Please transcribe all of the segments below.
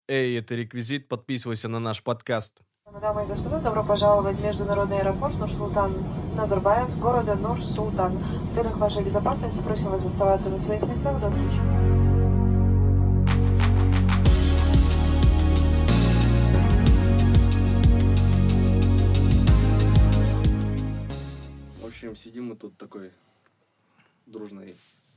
Эй, это Реквизит, подписывайся на наш подкаст. Дамы и господа, добро пожаловать в международный аэропорт Нурсултан Назарбаев, города Нур-Султан. В целях вашей безопасности просим вас оставаться на своих местах до встречи. В общем, сидим мы тут такой дружной,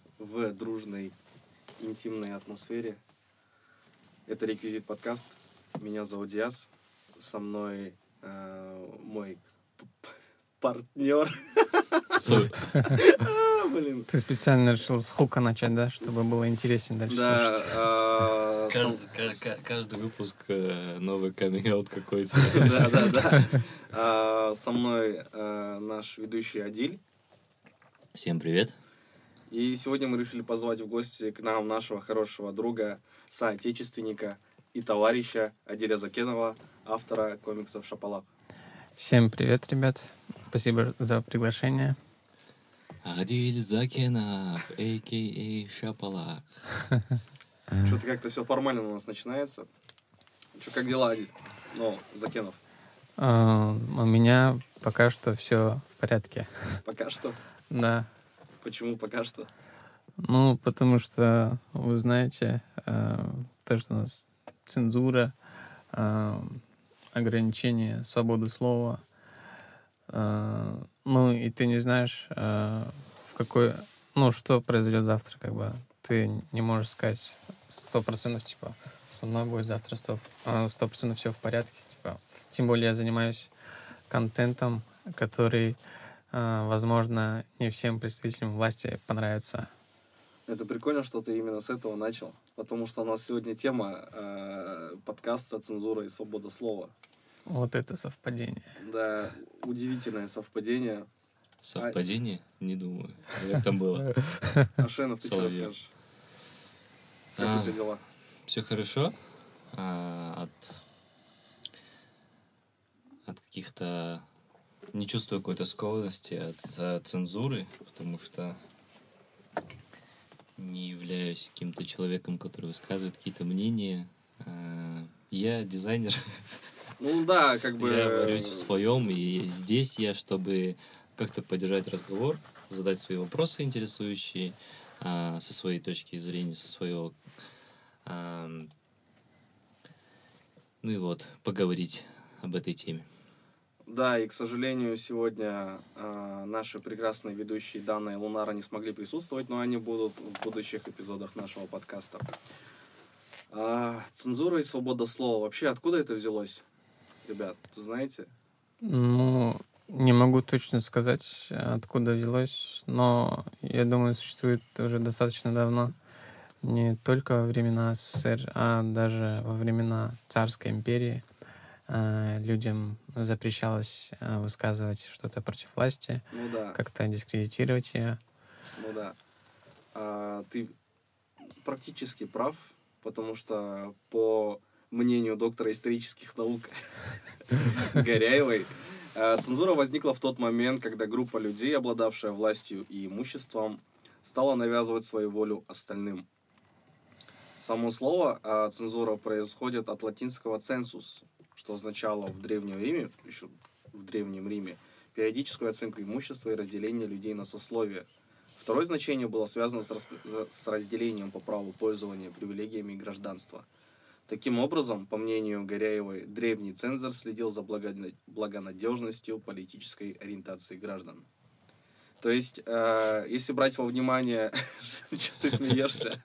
интимной атмосфере. Это Реквизит подкаст. Меня зовут Диас. Со мной мой партнер. Блин. Ты специально решил с хука начать, да? Чтобы было интереснее дальше слушать. Каждый выпуск новый каминг-аут какой-то. Да. Со мной наш ведущий Адиль. Всем привет. И сегодня мы решили позвать в гости к нам нашего хорошего друга, соотечественника и товарища Адиля Закенова, автора комиксов «Шапалак». Всем привет, ребят. Спасибо за приглашение. Адиль Закенов, а.к.а. Шапалак. Что-то как-то все формально у нас начинается. Что, как дела, Адиль? Закенов. У меня пока что все в порядке. Пока что? Да. Почему пока что? Потому что, вы знаете, то, что у нас цензура, ограничение свободы слова. И ты не знаешь, что произойдет завтра, как бы. Ты не можешь сказать 100%, типа, со мной будет завтра 100% все в порядке, типа. Тем более я занимаюсь контентом, который, возможно, не всем представителям власти понравится. Это прикольно, что ты именно с этого начал, потому что у нас сегодня тема подкаста «Цензура и свобода слова». Вот это совпадение. Да, удивительное совпадение. Совпадение? Не думаю. Как там было? Ашенов, ты что расскажешь? Как у тебя дела? Все хорошо. От каких-то... Не чувствую какой-то скованности от цензуры, потому что не являюсь каким-то человеком, который высказывает какие-то мнения. Я дизайнер. Да, как бы... Я варюсь в своем, и здесь я, чтобы как-то поддержать разговор, задать свои вопросы интересующие, со своей точки зрения, со своего... поговорить об этой теме. Да, и, к сожалению, сегодня наши прекрасные ведущие Дана и Лунара не смогли присутствовать, но они будут в будущих эпизодах нашего подкаста. Цензура и свобода слова. Вообще, откуда это взялось? Ребят, знаете? Не могу точно сказать, откуда взялось, но, я думаю, существует уже достаточно давно. Не только во времена СССР, а даже во времена Царской империи людям запрещалось высказывать что-то против власти, как-то дискредитировать ее. Ты практически прав, потому что по мнению доктора исторических наук Горяевой, цензура возникла в тот момент, когда группа людей, обладавшая властью и имуществом, стала навязывать свою волю остальным. Само слово цензура происходит от латинского «ценсус», что означало в Древнем Риме периодическую оценку имущества и разделение людей на сословия. Второе значение было связано с разделением по праву пользования привилегиями и гражданства. Таким образом, по мнению Горяевой, древний цензор следил за благонадежностью политической ориентации граждан. То есть, если брать во внимание... Что ты смеешься?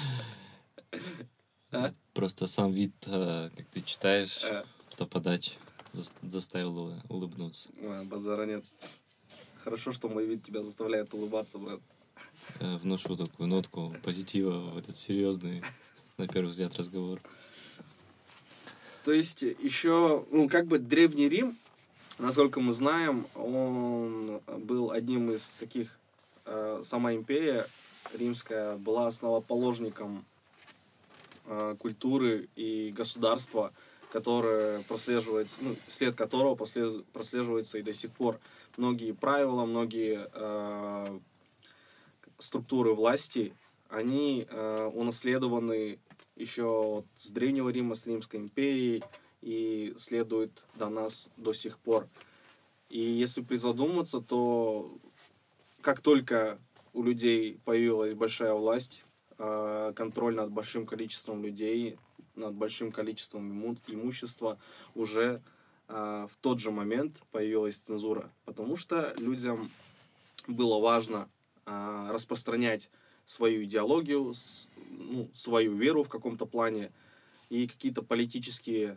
Просто сам вид, как ты читаешь, то подача заставил улыбнуться. Базара нет. Хорошо, что мой вид тебя заставляет улыбаться, брат. Вношу такую нотку позитива в этот серьезный, на первый взгляд, разговор. То есть еще, Древний Рим, насколько мы знаем, он был одним из таких, сама империя римская была основоположником культуры и государства, которое прослеживается, след которого прослеживается и до сих пор. Многие правила, многие структуры власти, они унаследованы еще вот с Древнего Рима, с Римской империей, и следует до нас до сих пор. И если призадуматься, то как только у людей появилась большая власть, контроль над большим количеством людей, над большим количеством имущества, уже в тот же момент появилась цензура. Потому что людям было важно распространять свою идеологию, свою веру в каком-то плане и какие-то политические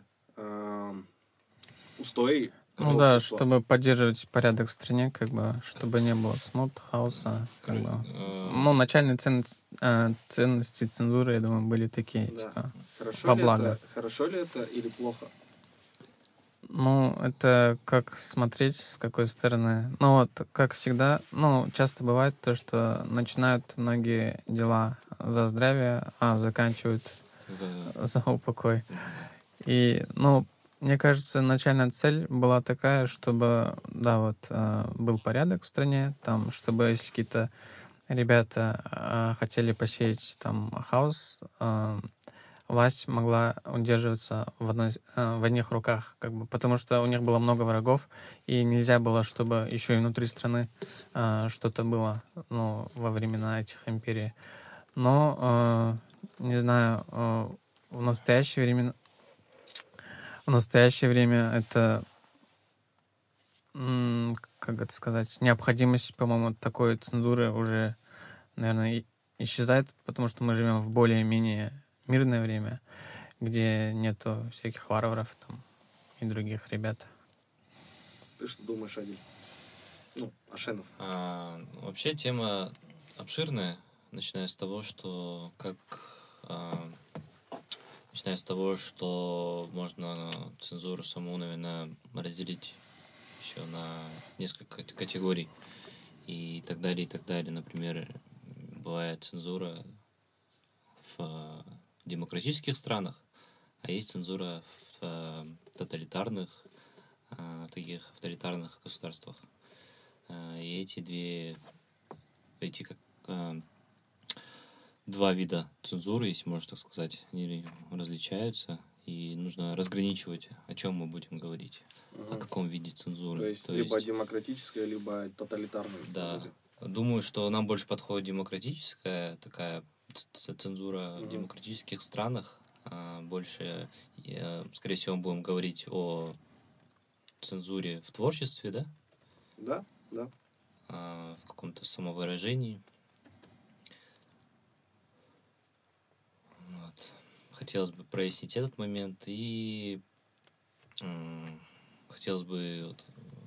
устои Ну да, общества. чтобы поддерживать порядок в стране, как бы, чтобы не было смут, хаоса, как бы. Ну, начальные ценности цензуры, я думаю, были такие, Да. типа, Хорошо во ли благо. Хорошо ли это или плохо? Ну, это как смотреть, с какой стороны. Ну, вот, как всегда, ну, часто бывает то, что начинают многие дела за здравие, а заканчивают за упокой. И, ну, мне кажется, начальная цель была такая, чтобы, да, вот, был порядок в стране, там, чтобы если какие-то ребята хотели посеять там хаос, власть могла удерживаться в одних руках, как бы, потому что у них было много врагов, и нельзя было, чтобы еще и внутри страны что-то было, ну, во времена этих империй. Но, не знаю, в настоящее время это, как это сказать, необходимость, по-моему, такой цензуры уже, наверное, исчезает, потому что мы живем в более-менее мирное время, где нету всяких варваров там и других ребят. Ты что думаешь, Адиль? Ну, Ашенов. Вообще тема обширная, начиная с того, что можно цензуру саму, наверное, разделить еще на несколько категорий и так далее, и так далее. Например, бывает цензура в демократических странах, а есть цензура в тоталитарных, таких авторитарных государствах. И эти два вида цензуры, если можно так сказать, они различаются, и нужно разграничивать, о чем мы будем говорить, о каком виде цензуры. То есть либо демократическая, либо тоталитарная цензура. Да. Думаю, что нам больше подходит демократическая такая цензура в демократических странах. Больше, скорее всего, мы будем говорить о цензуре в творчестве, да? Да. В каком-то самовыражении. Вот. Хотелось бы прояснить этот момент, и хотелось бы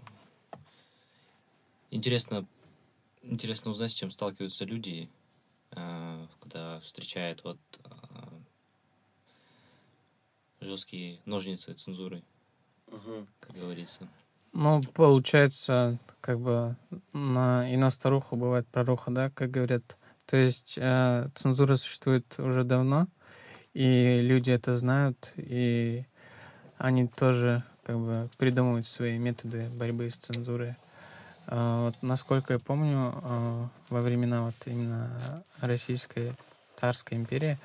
интересно узнать, с чем сталкиваются люди, когда встречают жесткие ножницы цензуры, как говорится. Ну, получается, как бы и на старуху бывает проруха, да, как говорят. То есть цензура существует уже давно, и люди это знают, и они тоже как бы придумывают свои методы борьбы с цензурой. Вот, насколько я помню, во времена вот именно Российской царской империи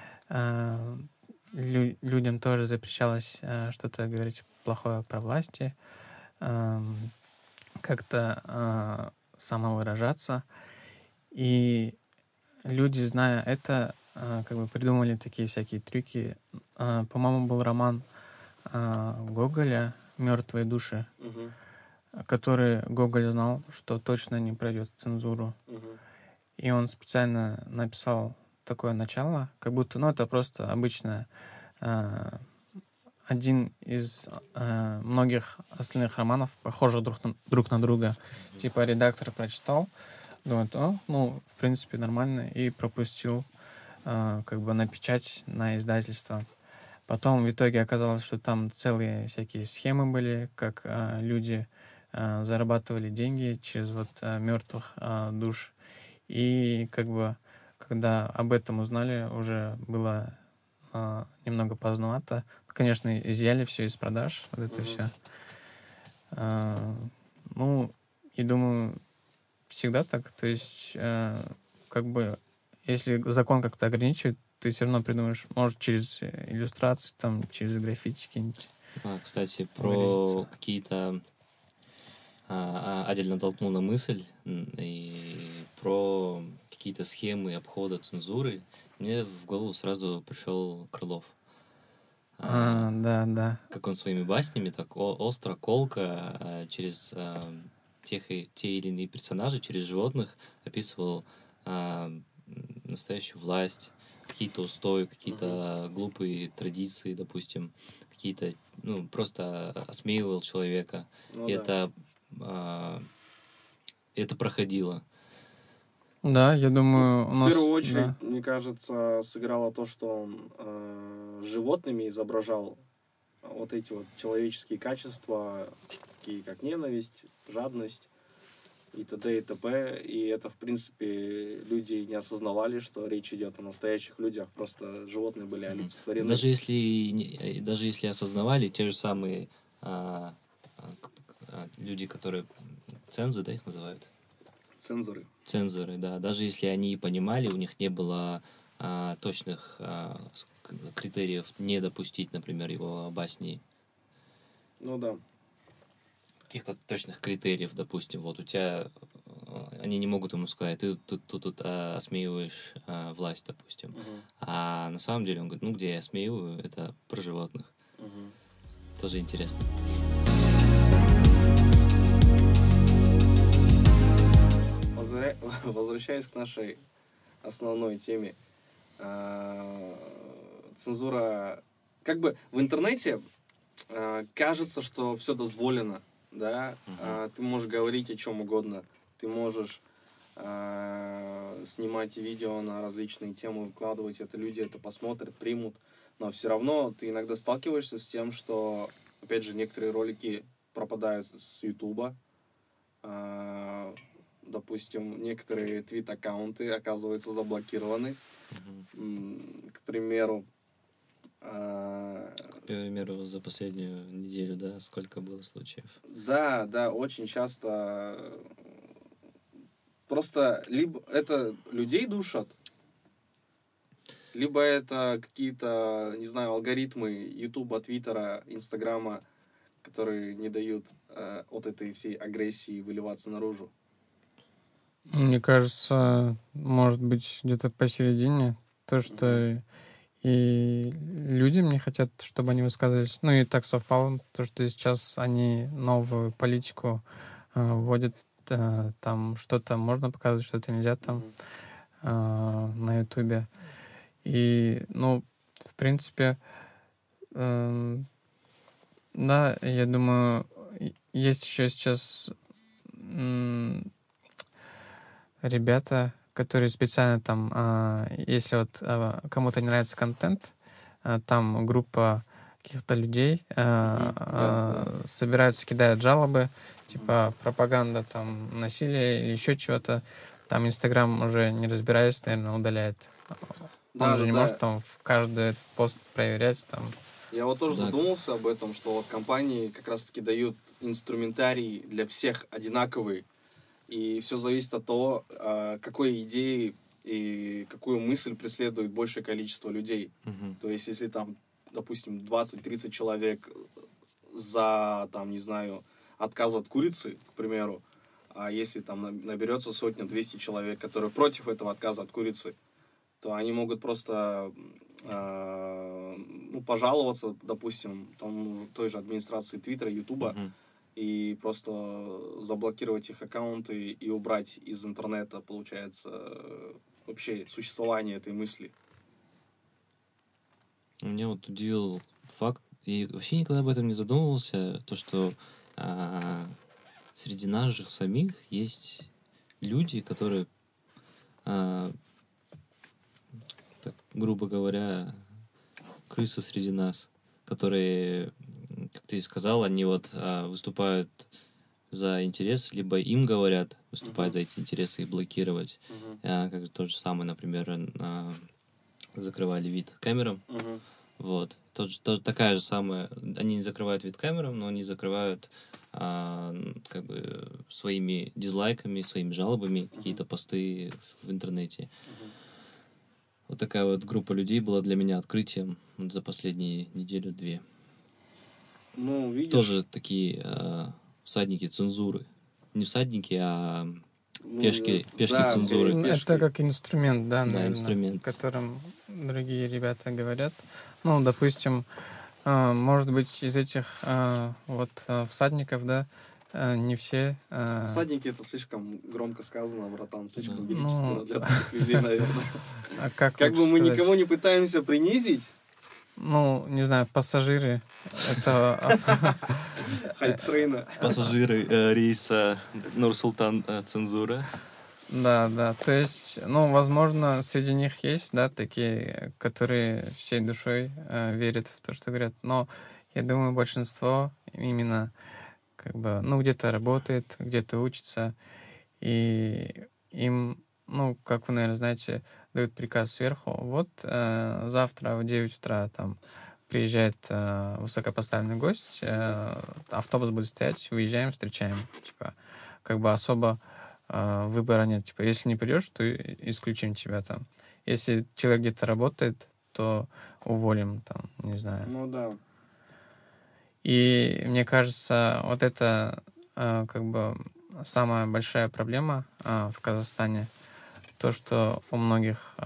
людям тоже запрещалось что-то говорить плохое про власти, как-то самовыражаться. И люди, зная это, как бы придумали такие всякие трюки. По-моему, был роман Гоголя «Мертвые души», который Гоголь знал, что точно не пройдет цензуру. И он специально написал такое начало, как будто, ну, это просто обычное один из многих остальных романов, похожих друг на друга. Типа редактор прочитал, думает, ну, в принципе, нормально, и пропустил как бы на печать, на издательство. Потом в итоге оказалось, что там целые всякие схемы были, как люди зарабатывали деньги через вот мертвых душ. И как бы, когда об этом узнали, уже было немного поздновато. Конечно, изъяли все из продаж, вот это все. Ну, и думаю, всегда так. То есть, как бы, если закон как-то ограничивает, ты все равно придумаешь, может, через иллюстрации, там, через граффити какие-нибудь. Кстати, про Выразиться. какие-то... Адель натолкнул на мысль и про какие-то схемы обхода цензуры. Мне в голову сразу пришел Крылов. Да. Как он своими баснями так остро, колко через те или иные персонажи, через животных описывал настоящую власть, какие-то устои, какие-то глупые традиции, допустим, какие-то, ну, просто осмеивал человека. Ну И да. это проходило. Да, я думаю, у В нас... первую очередь, да. мне кажется, сыграло то, что он животными изображал вот эти вот человеческие качества, такие как ненависть, жадность и т.д. и т.п. И это, в принципе, люди не осознавали, что речь идет о настоящих людях, просто животные были олицетворены. Даже если осознавали, те же самые люди, которые цензы, да, их называют? Цензоры. Цензоры, да. Даже если они и понимали, у них не было точных критериев не допустить, например, его басни. Ну да. Каких-то точных критериев, допустим, вот у тебя они не могут ему сказать, ты тут осмеиваешь власть, допустим. А на самом деле он говорит, ну где я осмеиваю, это про животных. Тоже интересно. Возвращаясь к нашей основной теме, цензура, как бы в интернете кажется, что все дозволено, да, ты можешь говорить о чем угодно, ты можешь снимать видео на различные темы, выкладывать это, люди это посмотрят, примут, но все равно ты иногда сталкиваешься с тем, что, опять же, некоторые ролики пропадают с Ютуба, допустим, некоторые твит-аккаунты оказываются заблокированы, к примеру. К примеру, за последнюю неделю, да, сколько было случаев? Да, очень часто просто либо это людей душат, либо это какие-то, не знаю, алгоритмы Ютуба, Твиттера, Инстаграма, которые не дают от этой всей агрессии выливаться наружу. Мне кажется, может быть, где-то посередине то, что и люди мне хотят, чтобы они высказывались. Ну и так совпало, то, что сейчас они новую политику вводят, там что-то можно показывать, что-то нельзя там на Ютубе. И, ну, в принципе, да, я думаю, есть еще сейчас ребята, которые специально там, если вот кому-то не нравится контент, там группа каких-то людей собираются, кидают жалобы, типа пропаганда, там, насилие или еще чего-то. Там Инстаграм уже не разбираясь, наверное, удаляет. Он же не может там в каждый этот пост проверять. Там. Я вот тоже задумался об этом, что вот компании как раз-таки дают инструментарий для всех одинаковый. И все зависит от того, какой идеи и какую мысль преследует большее количество людей. То есть, если там, допустим, 20-30 человек за, там, не знаю, отказ от курицы, к примеру, а если там наберется 100-200 человек, которые против этого отказа от курицы, то они могут просто пожаловаться, допустим, там, той же администрации Твиттера, Ютуба, и просто заблокировать их аккаунты и убрать из интернета, получается, вообще существование этой мысли. Меня вот удивил факт, и вообще никогда об этом не задумывался, то, что среди нас же самих есть люди, которые, так, грубо говоря, крысы среди нас, которые, как ты и сказал, они вот выступают за интерес, либо им говорят выступать за эти интересы и блокировать. Как тот же самый, например, закрывали вид камерам. Вот. Такая же самая... Они не закрывают вид камерам, но они закрывают как бы своими дизлайками, своими жалобами какие-то посты в интернете. Вот такая вот группа людей была для меня открытием вот за последние неделю-две. Ну, видишь... Тоже такие всадники цензуры. Не всадники, а ну, пешки да, цензуры. скорее пешки. Это как инструмент, да, Да, наверное, инструмент. которым другие ребята говорят. Ну, допустим, может быть, из этих всадников, да, не все... Всадники — это слишком громко сказано, братан, слишком Да. величественно Ну, для таких людей, наверное. как Как бы лучше мы сказать? никого не пытаемся принизить, Ну, не знаю, пассажиры этого... хайп-трейна. Пассажиры рейса Нур-Султан цензура. Да. То есть, ну, возможно, среди них есть, да, такие, которые всей душой верят в то, что говорят. Но я думаю, большинство именно как бы, ну, где-то работает, где-то учится, и им, ну, как вы, наверное, знаете, дают приказ сверху, вот завтра в 9 утра там приезжает высокопоставленный гость, автобус будет стоять, выезжаем, встречаем. Типа, как бы особо выбора нет. Типа, если не придешь, то исключим тебя там. Если человек где-то работает, то уволим там, не знаю. Ну да. И мне кажется, вот это как бы самая большая проблема в Казахстане. То, что у многих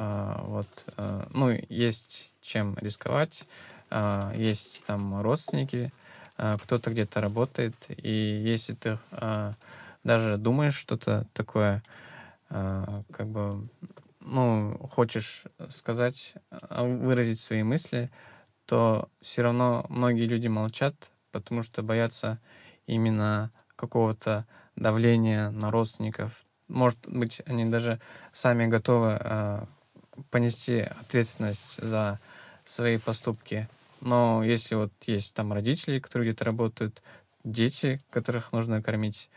ну, есть чем рисковать, есть там родственники, кто-то где-то работает, и если ты даже думаешь что-то такое, как бы, ну, хочешь сказать, выразить свои мысли, то все равно многие люди молчат, потому что боятся именно какого-то давления на родственников. Может быть, они даже сами готовы понести ответственность за свои поступки. Но если вот есть там родители, которые где-то работают, дети, которых нужно кормить,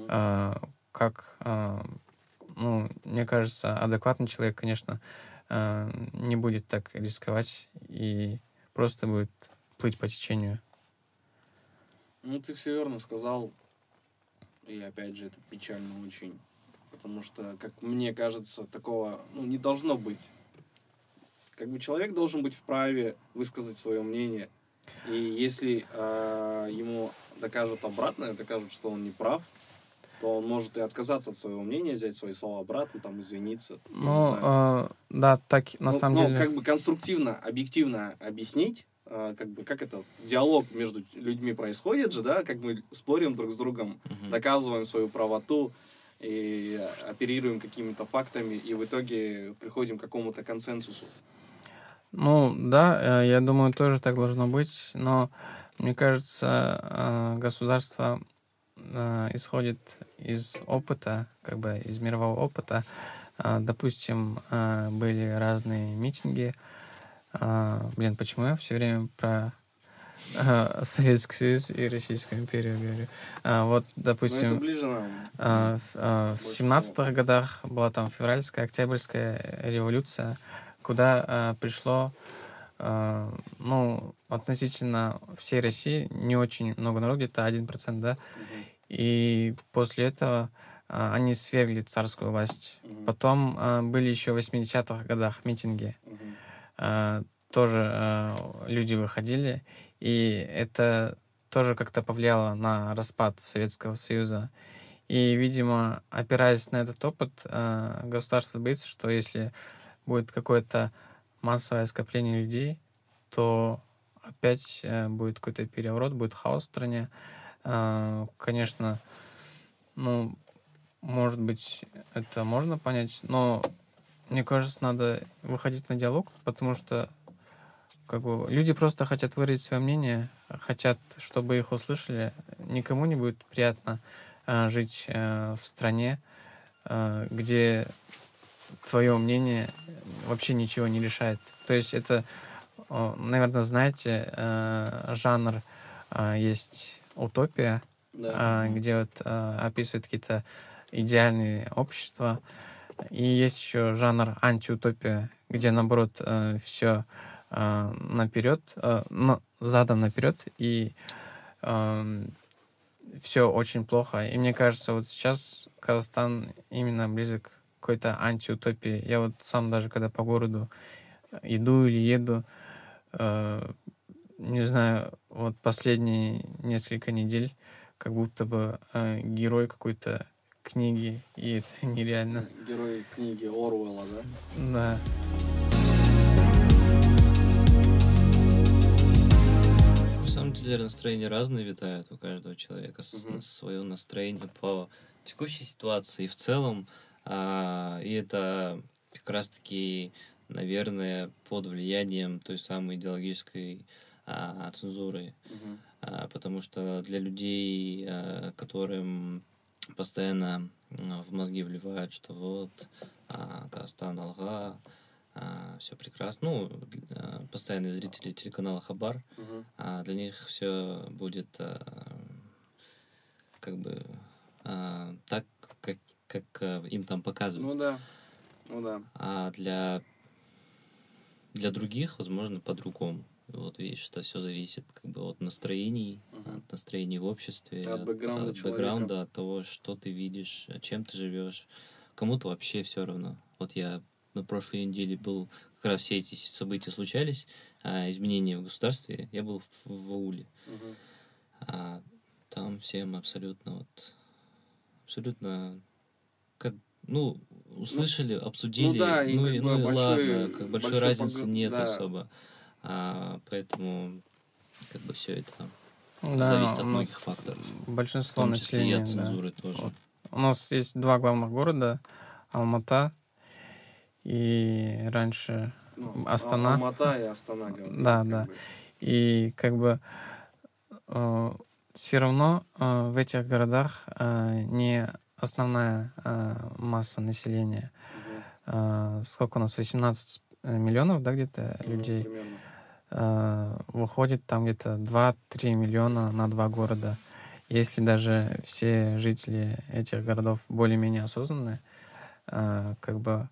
как, ну, мне кажется, адекватный человек, конечно, не будет так рисковать и просто будет плыть по течению. Ну, ты все верно сказал. И опять же, это печально очень. Потому что, как мне кажется, такого не должно быть. Как бы человек должен быть вправе высказать свое мнение. И если ему докажут обратное, докажут, что он не прав, то он может и отказаться от своего мнения, взять свои слова обратно, там, извиниться. Ну, да, так на самом деле... как бы конструктивно, объективно объяснить, как бы как это диалог между людьми происходит же, да, как мы спорим друг с другом, доказываем свою правоту и оперируем какими-то фактами, и в итоге приходим к какому-то консенсусу. Ну, да, я думаю, тоже так должно быть, но мне кажется, государство исходит из опыта, как бы из мирового опыта. Допустим, были разные митинги. Почему я все время про Советский Союз и Российскую империю говорю? Вот, Но это допустим, ближе нам. в 17-х годах была там февральская, октябрьская революция, куда пришло, ну, относительно всей России не очень много народу, где-то 1%, да, и после этого они свергли царскую власть. Потом были еще в 80-х годах митинги. Тоже люди выходили, и это тоже как-то повлияло на распад Советского Союза. И, видимо, опираясь на этот опыт, государство боится, что если будет какое-то массовое скопление людей, то опять будет какой-то переворот, будет хаос в стране. Конечно, ну, может быть, это можно понять, но мне кажется, надо выходить на диалог, потому что как бы люди просто хотят выразить свое мнение, хотят, чтобы их услышали. Никому не будет приятно жить в стране, где твое мнение вообще ничего не решает. То есть это, наверное, знаете, жанр есть утопия, Да. где вот описывают какие-то идеальные общества. И есть еще жанр антиутопия, где, наоборот, все наперед, задом наперед, и все очень плохо. И мне кажется, вот сейчас Казахстан именно близок к какой-то антиутопии. Я вот сам даже когда по городу иду или еду, не знаю, вот последние несколько недель как будто бы герой какой-то книги, и это нереально. Герой книги Оруэлла, да? Да. На самом деле настроения разные витают у каждого человека, Мгм. свое настроение по текущей ситуации в целом, и это как раз-таки, наверное, под влиянием той самой идеологической цензуры, Мгм. потому что для людей, которым постоянно в мозги вливают, что вот Казахстан алга, все прекрасно. Ну, постоянные зрители телеканала Хабар, Мгм. для них все будет как бы так, как им там показывают. Ну да. Ну да. А для других, возможно, по-другому. Вот видишь, что все зависит как бы от настроений, Мгм. от настроений в обществе, От бэкграунда от человека. бэкграунда, от того, что ты видишь, чем ты живешь. Кому-то вообще все равно. Вот я на прошлой неделе был, как раз все эти события случались, изменения в государстве, я был в ауле. Мгм. Там всем абсолютно, как, ну, услышали, обсудили, да, и как и бы ладно, как большой разницы нет да. особо. Поэтому как бы все это Да, зависит у от многих нас факторов, в большинство том числе и населения, от да. цензуры тоже. Вот. У нас есть два главных города, Алмата и раньше Ну, Астана. Алмата и Астана, Да, как да. бы. И как бы все равно в этих городах не основная масса населения. Мгм. Сколько у нас? 18 миллионов, да, где-то людей. Примерно. Выходит там где-то 2-3 миллиона на два города. Если даже все жители этих городов более-менее осознанные, как бы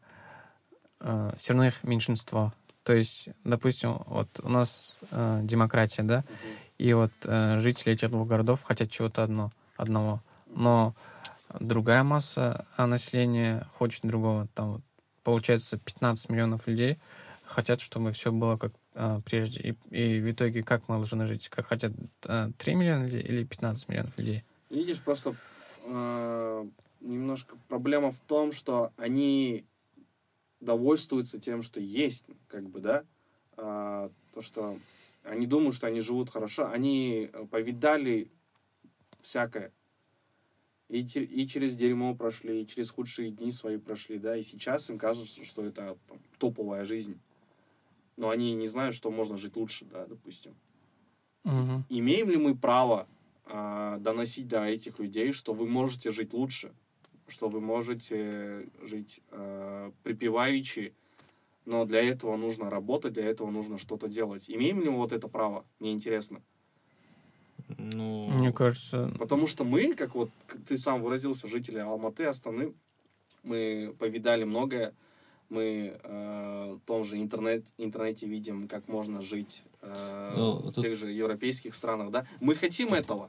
все равно их меньшинство. То есть, допустим, вот у нас демократия, да, Мгм. и вот жители этих двух городов хотят чего-то одного. Но другая масса населения хочет другого. Там вот, получается 15 миллионов людей хотят, чтобы все было как прежде. И в итоге как мы должны жить? Как хотят 3 миллиона людей или 15 миллионов людей? Видишь, просто немножко проблема в том, что они довольствуются тем, что есть, как бы, да, то, что они думают, что они живут хорошо, они повидали всякое, и через дерьмо прошли, и через худшие дни свои прошли, да, и сейчас им кажется, что это там, топовая жизнь, но они не знают, что можно жить лучше, да, допустим. Мгм. Имеем ли мы право доносить до этих людей, что вы можете жить лучше, что вы можете жить припеваючи, но для этого нужно работать, для этого нужно что-то делать. Имеем ли мы вот это право? Мне интересно. Ну, Мне кажется, Потому что мы, как вот ты сам выразился, жители Алматы, Астаны, мы повидали многое, мы в том же интернете видим, как можно жить Ну, в тут- тех же европейских странах, да. Мы хотим этого,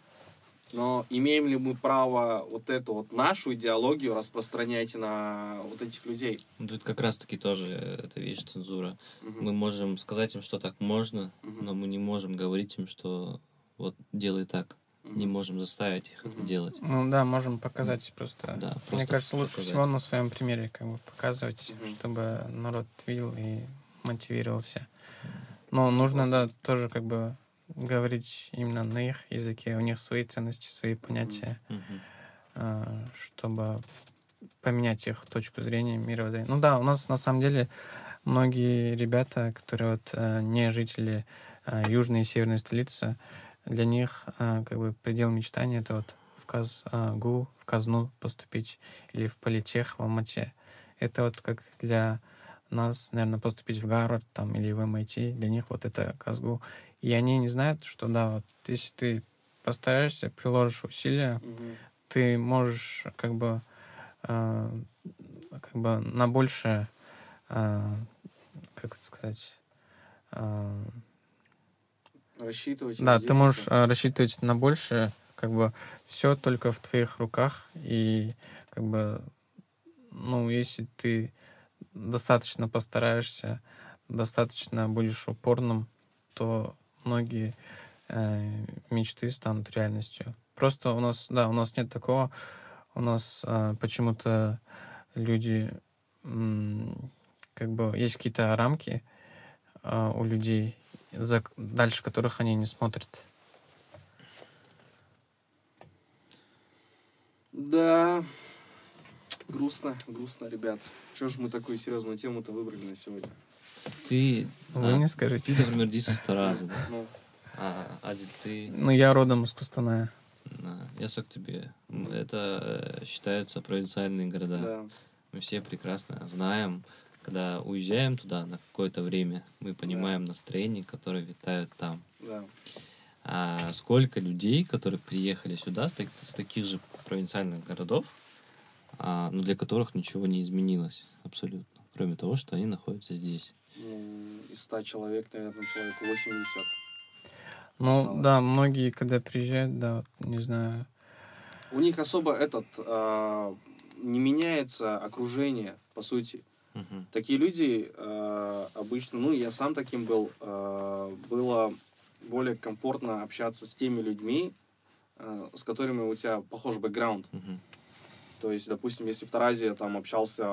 но имеем ли мы право вот эту вот нашу идеологию распространять на вот этих людей? тут как раз-таки тоже это, видишь, цензура. Мгм. Мы можем сказать им, что так можно, Мгм. но мы не можем говорить им, что вот делай так. Не Мгм. можем заставить их это Мгм. делать. ну да, можем показать просто. Да, Мне просто кажется, лучше показать. всего на своем примере как бы показывать, Мгм. чтобы народ видел и мотивировался. Но нужно, да, тоже как бы говорить именно на их языке. У них свои ценности, свои понятия, Мгм. чтобы поменять их точку зрения, мировоззрение. Ну да, у нас на самом деле многие ребята, которые вот не жители южной и северной столицы, для них как бы предел мечтания это вот в КазГУ, в Казну поступить или в политех в Алмате. Это вот как для нас, наверное, поступить в Гарвард там или в MIT, для них вот это КазГУ. И они не знают, что да, вот если ты постараешься, приложишь усилия, Мгм. ты можешь э, как бы на большее, как это сказать, э, Рассчитывать да, ты можешь надеяться. рассчитывать на большее, как бы все только в твоих руках, и как бы ну, если ты достаточно постараешься, достаточно будешь упорным, то многие мечты станут реальностью. Просто у нас нет такого. У нас почему-то люди, как бы, есть какие-то рамки у людей, дальше которых они не смотрят. Да, грустно, ребят. Чего ж мы такую серьезную тему-то выбрали на сегодня? Ты, Вы мне скажите. Ты, например, Диса Тараза, да? Ну, Адиль, ты... Ну, я родом из Кустаная. Я Сактубе. Это считаются провинциальные города. да. Мы все прекрасно знаем, когда уезжаем туда на какое-то время, мы понимаем настроение, которое витают там. Да. А сколько людей, которые приехали сюда с таких же провинциальных городов, но для которых ничего не изменилось абсолютно, кроме того, что они находятся здесь. Ну, из 100 человек, наверное, человек 80. Ну, осталось. да, многие, когда приезжают, да, вот, не знаю. У них особо не меняется окружение, по сути. Мгм. Такие люди обычно, ну, я сам таким был, было более комфортно общаться с теми людьми, с которыми у тебя похож бэкграунд. Мгм. То есть, допустим, если в Таразе я там общался,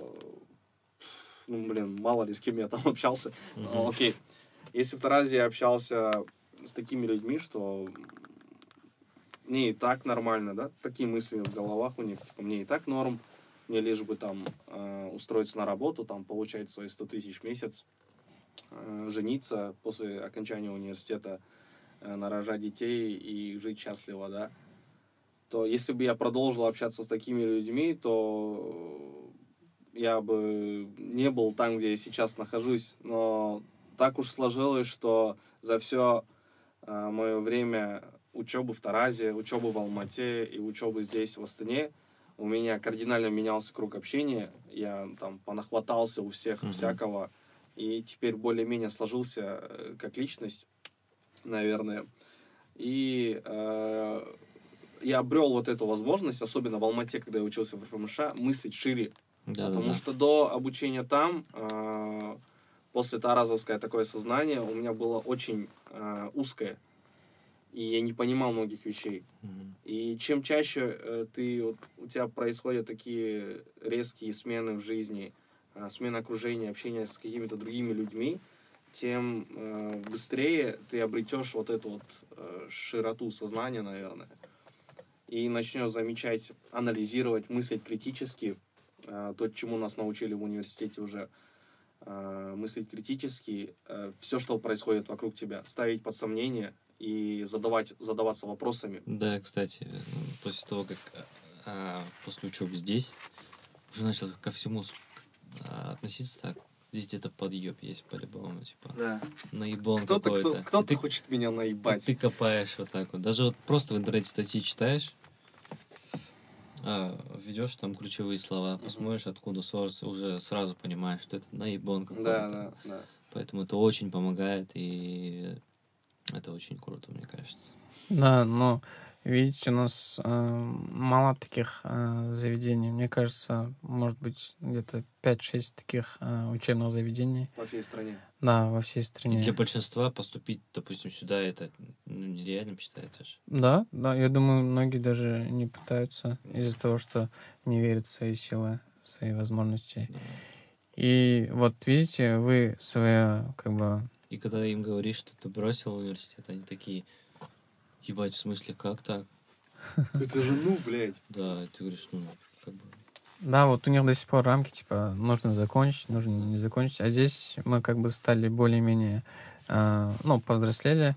ну, блин, мало ли с кем я там общался, ну, окей. Если в Таразе я общался с такими людьми, что мне и так нормально, да, такие мысли в головах у них, типа, мне и так норм, мне лишь бы там устроиться на работу, там, получать свои 100 тысяч в месяц, жениться после окончания университета, нарожать детей и жить счастливо, да, то если бы я продолжил общаться с такими людьми, то я бы не был там, где я сейчас нахожусь. Но так уж сложилось, что за все мое время учебы в Таразе, учебы в Алмате и учебы здесь, в Астане, у меня кардинально менялся круг общения. Я там понахватался у всех всякого. И теперь более-менее сложился как личность, наверное. И я обрел вот эту возможность, особенно в Алмате, когда я учился в РФМШ, мыслить шире. Потому что до обучения там, после таразовское такое сознание, у меня было очень узкое. И я не понимал многих вещей. И чем чаще у тебя происходят такие резкие смены в жизни, смена окружения, общение с какими-то другими людьми, тем быстрее ты обретешь вот эту вот широту сознания, наверное. И начнешь замечать, анализировать, мыслить критически. То, чему нас научили в университете уже. Мыслить критически. Все, что происходит вокруг тебя. Ставить под сомнение и задаваться вопросами. Да, кстати, после того, как после учебы здесь, уже начал ко всему относиться так. Здесь где-то подъеб есть по-любому, типа. Да. Наебон Кто-то какой-то. хочет меня наебать. Ты копаешь вот так вот. Даже вот просто в интернете статьи читаешь, введешь там ключевые слова, посмотришь, откуда source, уже сразу понимаешь, что это наебон какой-то. Да. Поэтому это очень помогает, и это очень круто, мне кажется. Да, но видите, у нас мало таких заведений. Мне кажется, может быть, где-то 5-6 таких учебных заведений. Во всей стране. Да, во всей И стране. для большинства поступить, допустим, сюда, это нереально считается же. Да, я думаю, многие даже не пытаются из-за того, что не верят в свои силы, в свои возможности. Да. И вот видите, вы свое, как бы... И когда им говоришь, что ты бросил университет, они такие, ебать, в смысле, как так? Это же блядь. Да, ты говоришь, как бы... Да, вот у них до сих пор рамки, типа, нужно закончить, нужно не закончить. А здесь мы как бы стали более-менее, повзрослели,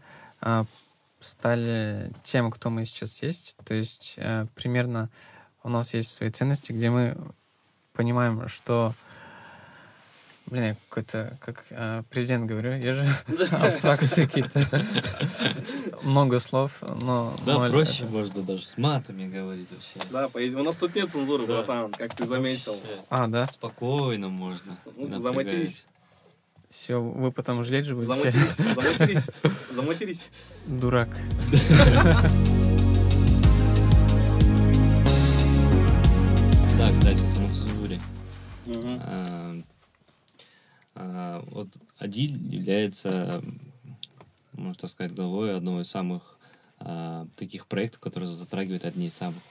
стали тем, кто мы сейчас есть. То есть примерно у нас есть свои ценности, где мы понимаем, что... Блин, какой-то, как президент говорю, я же абстракции какие-то. Много слов, но... Да, проще можно даже с матами говорить вообще. Да, у нас тут нет цензуры, Да. братан, как ты заметил. Вообще. Да? Спокойно можно. Ну, заматерись. Все, вы потом жалеть же будете. Заматерись. Дурак. Да, кстати, о самоцензуре. Мгм. Вот Адиль является, можно так сказать, главой одного из самых таких проектов, которые затрагивают одни из самых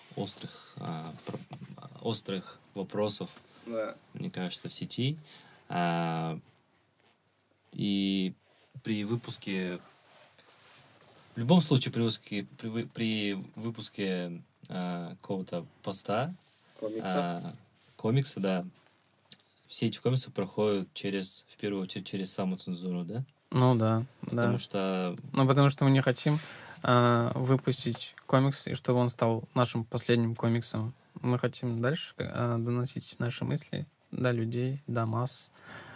острых вопросов, Да. мне кажется, в сети. И при выпуске... В любом случае, при выпуске какого-то поста, Комикса. комикса, да, все эти комиксы проходят в первую очередь через самоцензуру, да? Ну да, Потому да. что... Ну, потому что мы не хотим выпустить комикс, и чтобы он стал нашим последним комиксом. Мы хотим дальше доносить наши мысли до людей, до масс.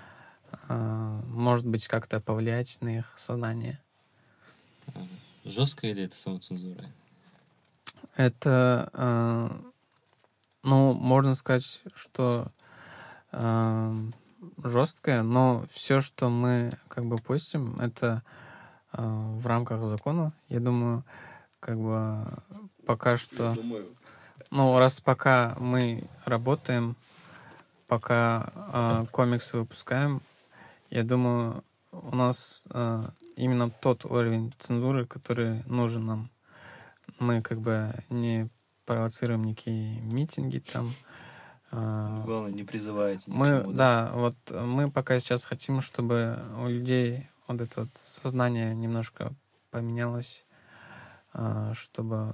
Может быть, как-то повлиять на их сознание. Жесткая ли это самоцензура? Это, ну, можно сказать, что жесткое, но все, что мы как бы постим, это в рамках закона. Я думаю, как бы пока Я что... думаю. Ну, раз пока мы работаем, пока комиксы выпускаем, я думаю, у нас именно тот уровень цензуры, который нужен нам. Мы как бы не провоцируем никакие митинги там. Главное, не призываете ни к Мы, чему, да? да, вот мы пока сейчас хотим, чтобы у людей вот это вот сознание немножко поменялось, чтобы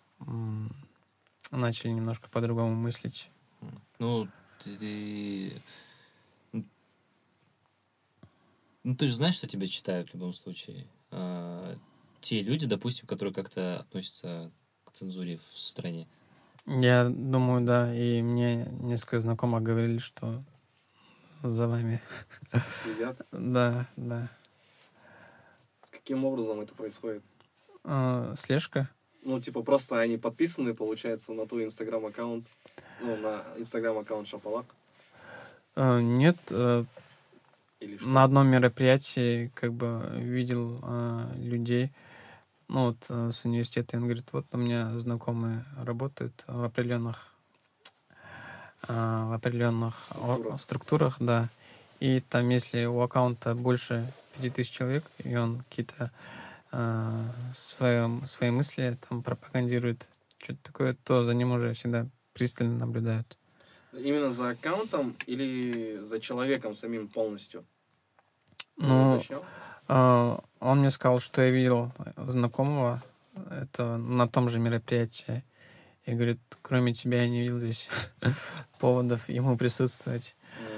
начали немножко по-другому мыслить. Ну, ты... Ну, ты же знаешь, что тебя читают в любом случае. Те люди, допустим, которые как-то относятся к цензуре в стране. Я думаю, да, и мне несколько знакомых говорили, что за вами. Следят. Да, да. Каким образом это происходит? Слежка? Ну, типа, просто они подписаны, получается, на твой инстаграм-аккаунт. Ну, на инстаграм-аккаунт Шапалак. Нет, Или что? на одном мероприятии как бы видел людей, ну вот с университета, он говорит, вот у меня знакомые работают в определенных структурах, да, и там если у аккаунта больше 5000 человек, и он какие-то свои мысли там пропагандирует, что-то такое, то за ним уже всегда пристально наблюдают. Именно за аккаунтом или за человеком самим полностью? Он Ну, уточнял? он мне сказал, что я видел знакомого, это на том же мероприятии, и говорит, кроме тебя я не видел здесь поводов ему присутствовать.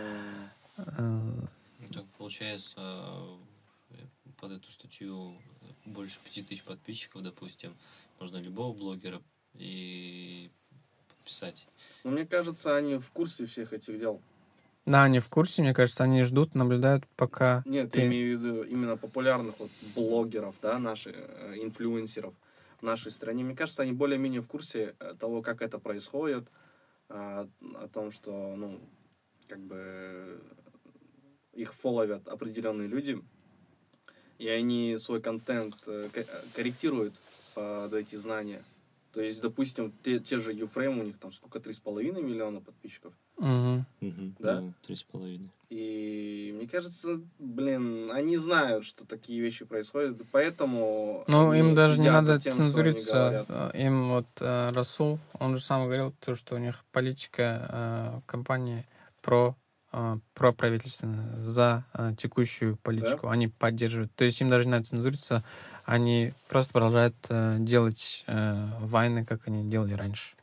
Так получается, под эту статью больше 5000 подписчиков, допустим, можно любого блогера и подписать. Ну, мне кажется, они в курсе всех этих дел. Да, они в курсе, мне кажется, они ждут, наблюдают, пока Нет, я имею в виду именно популярных вот блогеров, да, наших инфлюенсеров в нашей стране. Мне кажется, они более-менее в курсе того, как это происходит, о том, что, ну, как бы их фолловят определенные люди, и они свой контент корректируют под эти знания. То есть, допустим, те же Юфрейм, у них там сколько, 3,5 миллиона подписчиков. Мгм. Да? 3,5. И мне кажется, блин, они знают, что такие вещи происходят, поэтому Ну, они им даже не следят за надо тем, что они цензуриться. говорят. Им вот Расул, он же сам говорил, то, что у них политика компании проправительственная, за текущую политику. Они поддерживают. То есть им даже не надо цензуриться. Они просто продолжают делать войны, как они делали раньше.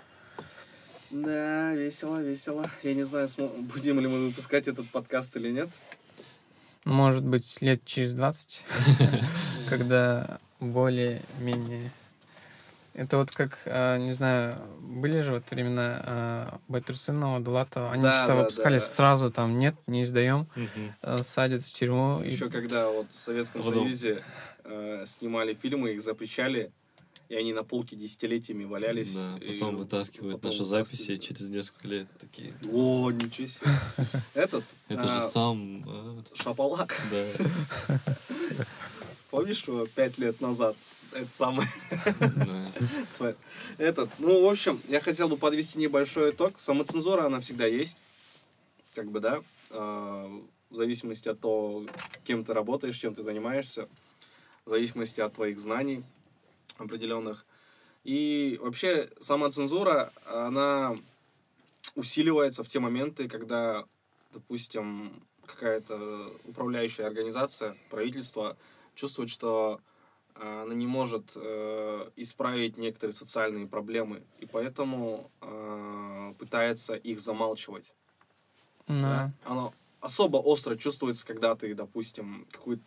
Да, весело, весело. Я не знаю, будем ли мы выпускать этот подкаст или нет. Может быть, лет через 20, когда более-менее... Это вот как, не знаю, были же вот времена Байтурсынова, Дулатова. Они Да, что-то да, выпускали да. сразу, там, нет, не издаем, садят в тюрьму. Еще когда вот в Советском Союзе снимали фильмы, их запрещали, и они на полке десятилетиями валялись. Да, и потом вытаскивают потом наши записи вытаскивают. через несколько лет такие. О, ничего себе. Это Это же сам... Шапалак. Да. помнишь его 5 лет назад? Это самое... Да. Ну, в общем, я хотел бы подвести небольшой итог. Самоцензура, она всегда есть. Как бы, да. В зависимости от того, кем ты работаешь, чем ты занимаешься. В зависимости от твоих знаний определенных. И вообще самоцензура, она усиливается в те моменты, когда, допустим, какая-то управляющая организация, правительство чувствует, что она не может исправить некоторые социальные проблемы, и поэтому пытается их замалчивать. Да? Оно особо остро чувствуется, когда ты, допустим,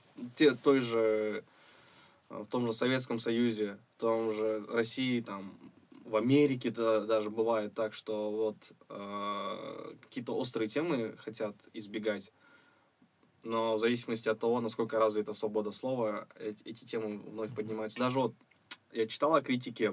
в том же Советском Союзе, в том же России, там, в Америке даже бывает так, что вот какие-то острые темы хотят избегать, но в зависимости от того, насколько развита свобода слова, эти темы вновь поднимаются. Даже вот я читал о критике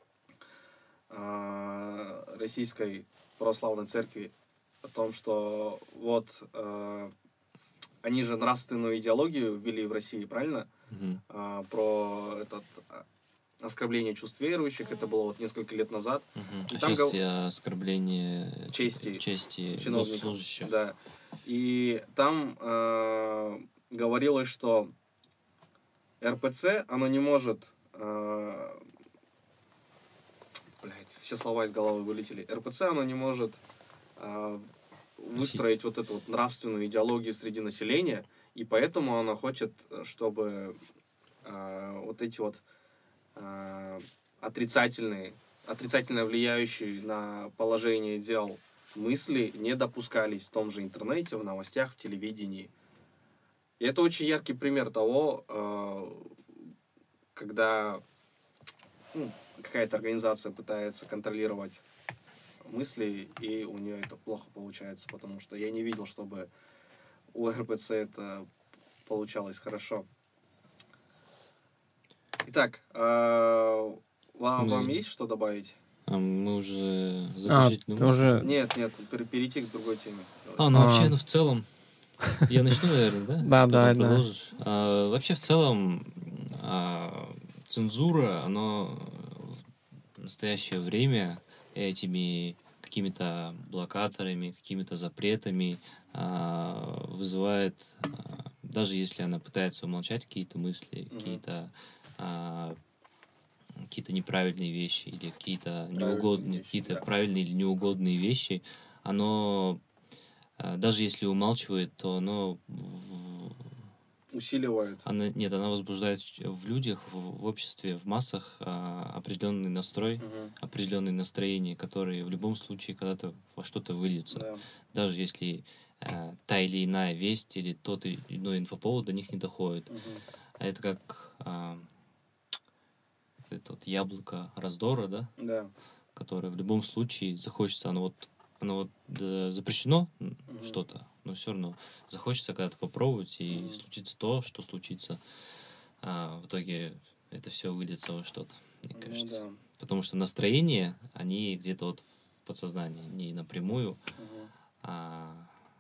Российской Православной Церкви, о том, что вот они же нравственную идеологию ввели в России, правильно? Про оскорбление чувств верующих, это было вот несколько лет назад. А сейчас оскорбление чести чиновников, госслужащих. да. И там говорилось, что РПЦ, оно не может... все слова из головы вылетели. РПЦ, оно не может выстроить вот эту вот нравственную идеологию среди населения, и поэтому она хочет, чтобы вот эти вот отрицательно влияющие на положение дел мысли не допускались в том же интернете, в новостях, в телевидении. И это очень яркий пример того, когда какая-то организация пытается контролировать мысли, и у нее это плохо получается, потому что я не видел, чтобы у РПЦ это получалось хорошо. Итак, вам есть что добавить? Мы уже заключительные уже... Нет, перейти к другой теме. Вообще, в целом, я начну, наверное, да? Да. Продолжишь. Вообще, в целом, цензура, она в настоящее время этими какими-то блокаторами, какими-то запретами вызывает, даже если она пытается умолчать какие-то мысли, какие-то неправильные вещи или какие-то неугодные, правильные или неугодные вещи, оно, даже если умалчивает, то оно усиливает. Она возбуждает в людях, в обществе, в массах определенный настрой, определенное настроение, которые в любом случае когда-то во что-то выльются. Да. Даже если та или иная весть или тот или иной инфоповод до них не доходит. А это как это вот яблоко раздора, да? Да. Которое в любом случае захочется, оно запрещено что-то, но все равно захочется когда-то попробовать, и случится то, что случится. В итоге это все выльется во что-то, мне кажется. Да. Потому что настроения, они где-то вот в подсознании, не напрямую, а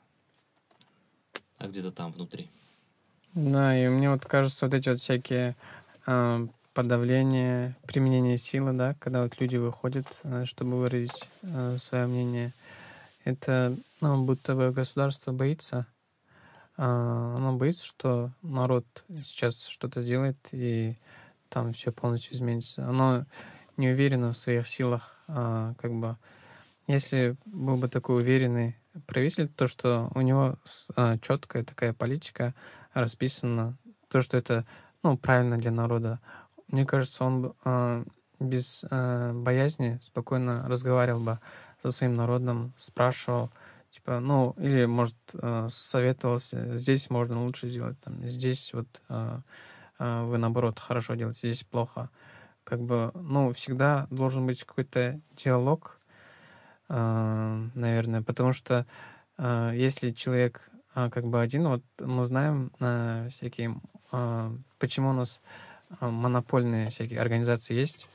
где-то там внутри. Да, и мне вот кажется, вот эти вот всякие подавление, применение силы, да, когда вот люди выходят, чтобы выразить свое мнение, это будто бы государство боится. Оно боится, что народ сейчас что-то сделает, и там все полностью изменится. Оно не уверено в своих силах. Как бы, если был бы такой уверенный правитель, то, что у него четкая такая политика расписана, то, что это правильно для народа, мне кажется, он без боязни спокойно разговаривал бы со своим народом, спрашивал, типа, или, может, советовался, здесь можно лучше сделать, там, здесь вот вы, наоборот, хорошо делаете, здесь плохо. Как бы, всегда должен быть какой-то диалог, наверное, потому что если человек как бы один, вот мы знаем всякие, почему у нас монопольные всякие организации есть,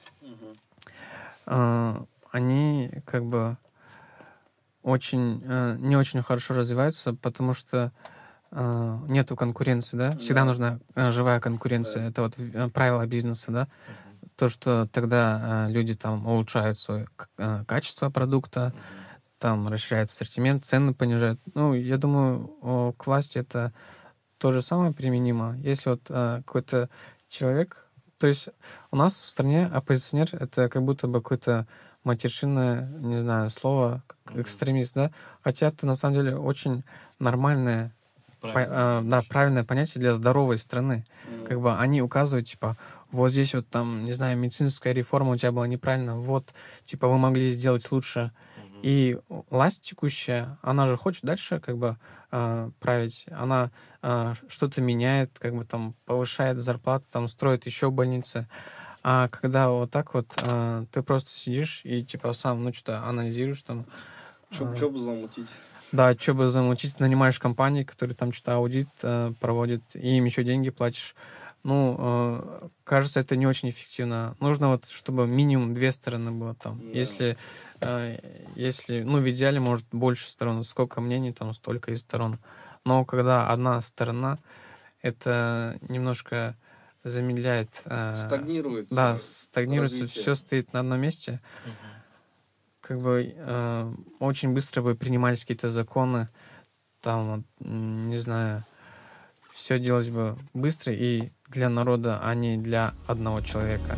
они как бы не очень хорошо развиваются, потому что нету конкуренции, да? Всегда Да. нужна живая конкуренция. Это вот правило бизнеса, да? То, что тогда люди там улучшают свое качество продукта, там расширяют ассортимент, цены понижают. Ну, я думаю, к власти это то же самое применимо. Если вот какой-то человек... То есть у нас в стране оппозиционер — это как будто бы какое-то матершинное, не знаю, слово, как экстремист, да? Хотя это на самом деле очень нормальное, да, правильное понятие для здоровой страны. Как бы они указывают, типа, вот здесь вот там, не знаю, медицинская реформа у тебя была неправильно, вот, типа, вы могли сделать лучше. И власть текущая, она же хочет дальше как бы править. Она что-то меняет, как бы там повышает зарплату, там строит еще больницы. А когда вот так вот ты просто сидишь и типа сам, ну, что-то анализируешь там. Что бы замутить? Да, что бы замутить, нанимаешь компании, которые там что-то аудит проводят, и им еще деньги платишь. Ну, кажется, это не очень эффективно. Нужно вот, чтобы минимум 2 стороны было там. Да. Если, ну, в идеале, может, больше сторон. Сколько мнений, там, столько и сторон. Но когда одна сторона, это немножко замедляет... Стагнируется. Да, стагнируется, развитие. все стоит на одном месте. Как бы очень быстро бы принимались какие-то законы, там, вот, не знаю, все делалось бы быстро и для народа, а не для одного человека.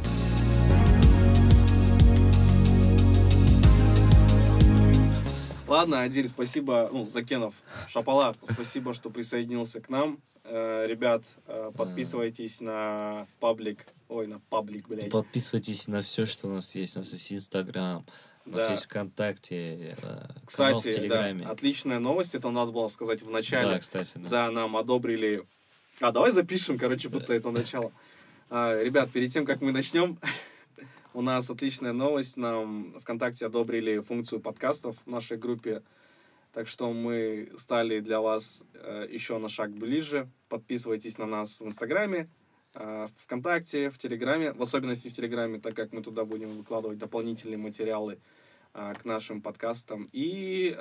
Ладно, Адиль, спасибо, Закенов, Шапалак, спасибо, что присоединился к нам. Ребят, подписывайтесь на паблик, блядь. Подписывайтесь на все, что у нас есть. У нас есть Инстаграм, у нас Да. есть ВКонтакте, канал в Кстати, Телеграме. да, отличная новость, это надо было сказать в начале. Да, кстати, да. Да, нам одобрили... давай запишем, будто это начало. Ребят, перед тем, как мы начнем, у нас отличная новость. Нам ВКонтакте одобрили функцию подкастов в нашей группе. Так что мы стали для вас еще на шаг ближе. Подписывайтесь на нас в Инстаграме, в ВКонтакте, в Телеграме. В особенности в Телеграме, так как мы туда будем выкладывать дополнительные материалы к нашим подкастам. И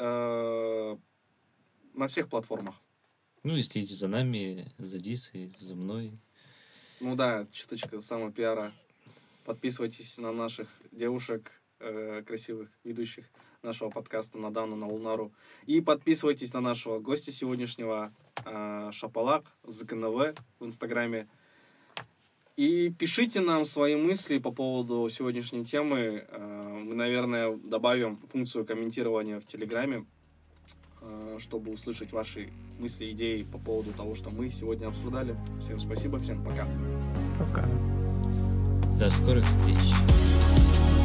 на всех платформах. Ну и следите за нами, за Дисой, за мной. Ну да, чуточка самопиара. Подписывайтесь на наших девушек, красивых ведущих нашего подкаста, на Дану, на Лунару. И подписывайтесь на нашего гостя сегодняшнего, Шапалак, ЗКНВ в Инстаграме. И пишите нам свои мысли по поводу сегодняшней темы. Мы, наверное, добавим функцию комментирования в Телеграме, чтобы услышать ваши мысли, идеи по поводу того, что мы сегодня обсуждали. Всем спасибо, всем пока. Пока. До скорых встреч.